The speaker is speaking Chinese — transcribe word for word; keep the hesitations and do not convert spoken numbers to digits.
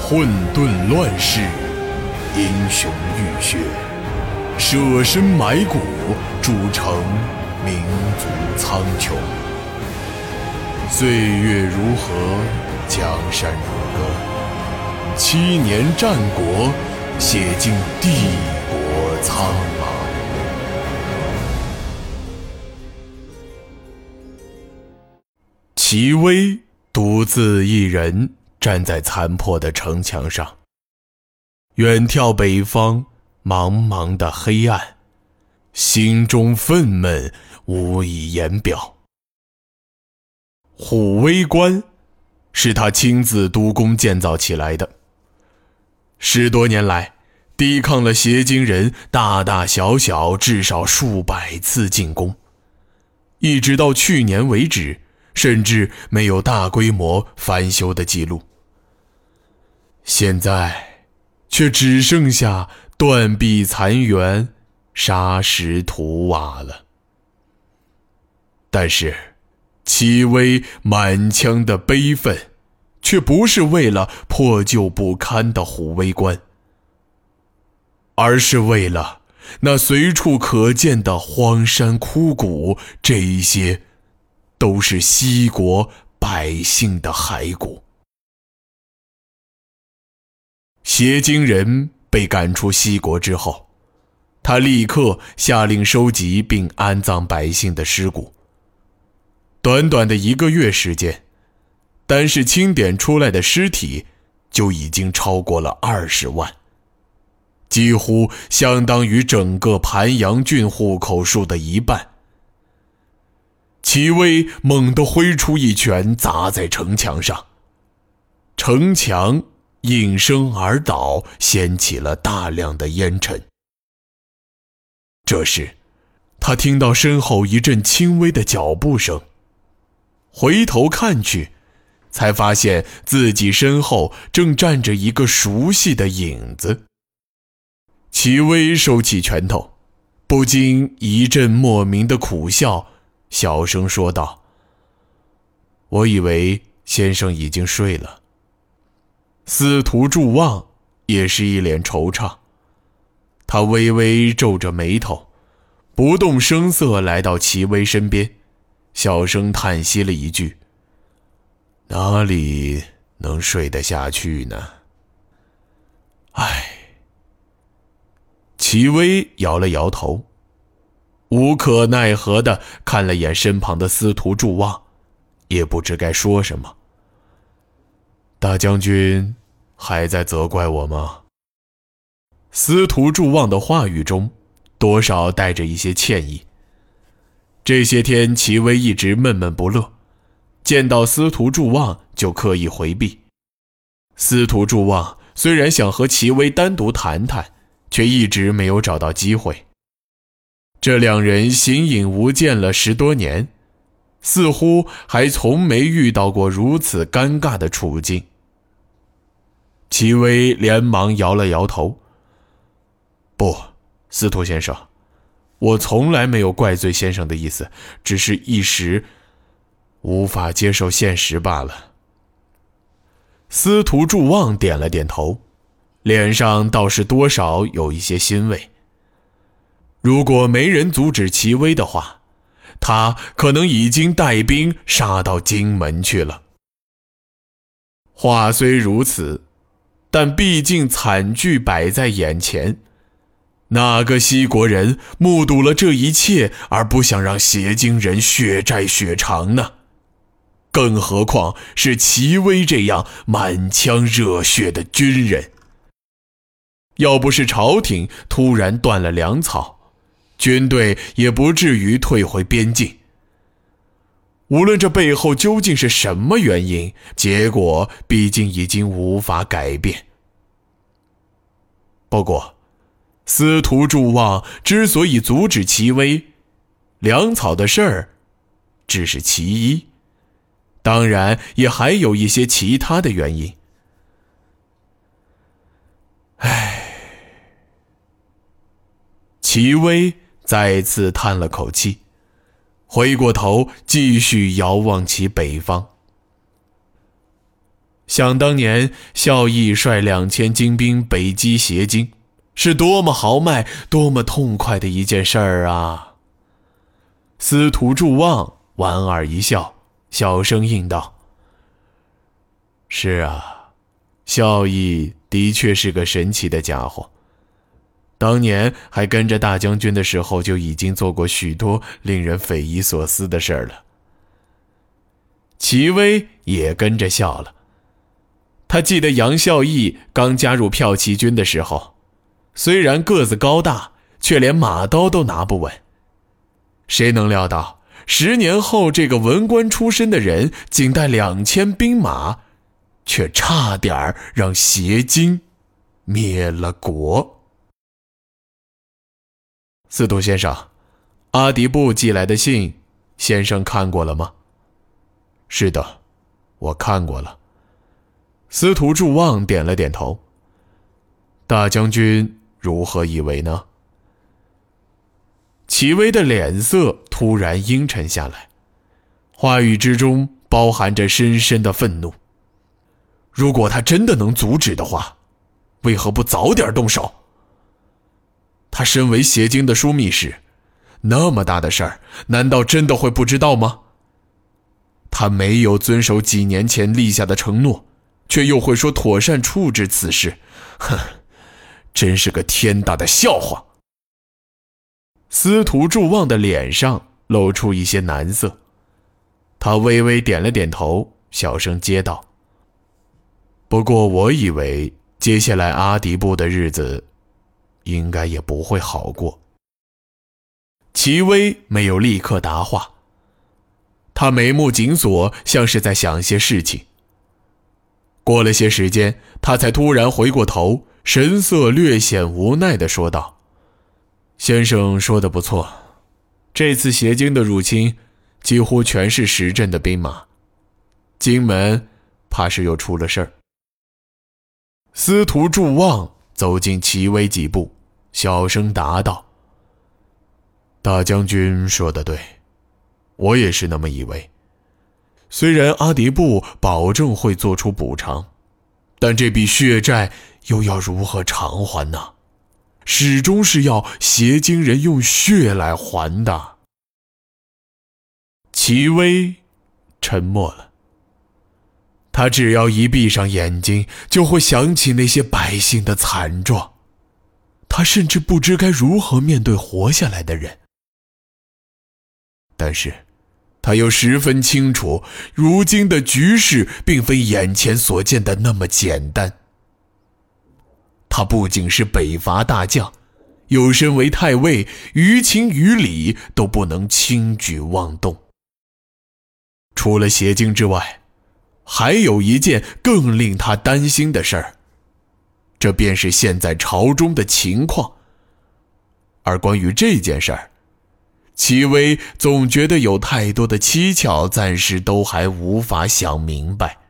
混沌乱世，英雄浴血，舍身埋骨，铸成民族苍穹。岁月如河，江山如歌，七年战国，写尽帝国苍茫。齐威独自一人站在残破的城墙上，远眺北方茫茫的黑暗，心中愤懑无以言表。虎威关是他亲自督工建造起来的，十多年来抵抗了邪经人大大小小至少数百次进攻，一直到去年为止，甚至没有大规模翻修的记录。现在却只剩下断壁残垣，沙石土瓦了。但是齐威满腔的悲愤却不是为了破旧不堪的虎威关，而是为了那随处可见的荒山枯谷，这一些都是西国百姓的骸骨。邪经人被赶出西国之后，他立刻下令收集并安葬百姓的尸骨。短短的一个月时间，单是清点出来的尸体就已经超过了二十万，几乎相当于整个盘阳郡户口数的一半。齐威猛地挥出一拳砸在城墙上，城墙应声而倒，掀起了大量的烟尘。这时他听到身后一阵轻微的脚步声，回头看去，才发现自己身后正站着一个熟悉的影子。齐威收起拳头，不禁一阵莫名的苦笑，小声说道：“我以为先生已经睡了。”司徒祝望也是一脸惆怅，他微微皱着眉头，不动声色来到齐威身边，小声叹息了一句：“哪里能睡得下去呢？”唉。齐威摇了摇头，无可奈何地看了眼身旁的司徒祝望，也不知该说什么。大将军还在责怪我吗？司徒祝望的话语中多少带着一些歉意。这些天齐威一直闷闷不乐，见到司徒祝望就刻意回避。司徒祝望虽然想和齐威单独谈谈，却一直没有找到机会。这两人形影无见了十多年，似乎还从没遇到过如此尴尬的处境。齐威连忙摇了摇头：“不，司徒先生，我从来没有怪罪先生的意思，只是一时无法接受现实罢了。”司徒祝望点了点头，脸上倒是多少有一些欣慰。如果没人阻止齐威的话，他可能已经带兵杀到荆门去了。话虽如此，但毕竟惨剧摆在眼前，哪个西国人目睹了这一切而不想让邪经人血债血偿呢？更何况是齐威这样满腔热血的军人。要不是朝廷突然断了粮草，军队也不至于退回边境。无论这背后究竟是什么原因，结果毕竟已经无法改变。不过司徒祝望之所以阻止齐威，粮草的事儿只是其一，当然也还有一些其他的原因。唉，齐威再次叹了口气，回过头继续遥望起北方。 想当年，孝义率两千精兵北击邪经，是多么豪迈、多么痛快的一件事儿啊！司徒祝望莞尔一笑，小声应道：“是啊，孝义的确是个神奇的家伙。当年还跟着大将军的时候，就已经做过许多令人匪夷所思的事儿了。”齐威也跟着笑了。他记得杨孝义刚加入骠骑军的时候，虽然个子高大，却连马刀都拿不稳。谁能料到十年后，这个文官出身的人仅带两千兵马，却差点让邪经灭了国。司徒先生，阿迪布寄来的信，先生看过了吗？是的，我看过了。司徒祝望点了点头。大将军如何以为呢？齐威的脸色突然阴沉下来，话语之中包含着深深的愤怒。如果他真的能阻止的话，为何不早点动手？他身为邪经的枢密使，那么大的事儿，难道真的会不知道吗？他没有遵守几年前立下的承诺，却又会说妥善处置此事，哼，真是个天大的笑话。司徒祝望的脸上露出一些难色，他微微点了点头，小声接道：“不过我以为接下来阿迪布的日子应该也不会好过。”齐威没有立刻答话，他眉目紧锁，像是在想些事情。过了些时间，他才突然回过头，神色略显无奈地说道：“先生说得不错，这次邪经的入侵几乎全是实阵的兵马，荆门怕是又出了事儿。”司徒祝望走近齐威几步，小声答道：“大将军说得对，我也是那么以为。虽然阿迪布保证会做出补偿，但这笔血债又要如何偿还呢？始终是要邪经人用血来还的。”齐威沉默了。他只要一闭上眼睛，就会想起那些百姓的惨状。他甚至不知该如何面对活下来的人。但是他又十分清楚，如今的局势并非眼前所见的那么简单。他不仅是北伐大将，又身为太尉，于情于理都不能轻举妄动。除了邪经之外，还有一件更令他担心的事儿，这便是现在朝中的情况。而关于这件事儿，齐威总觉得有太多的蹊跷，暂时都还无法想明白。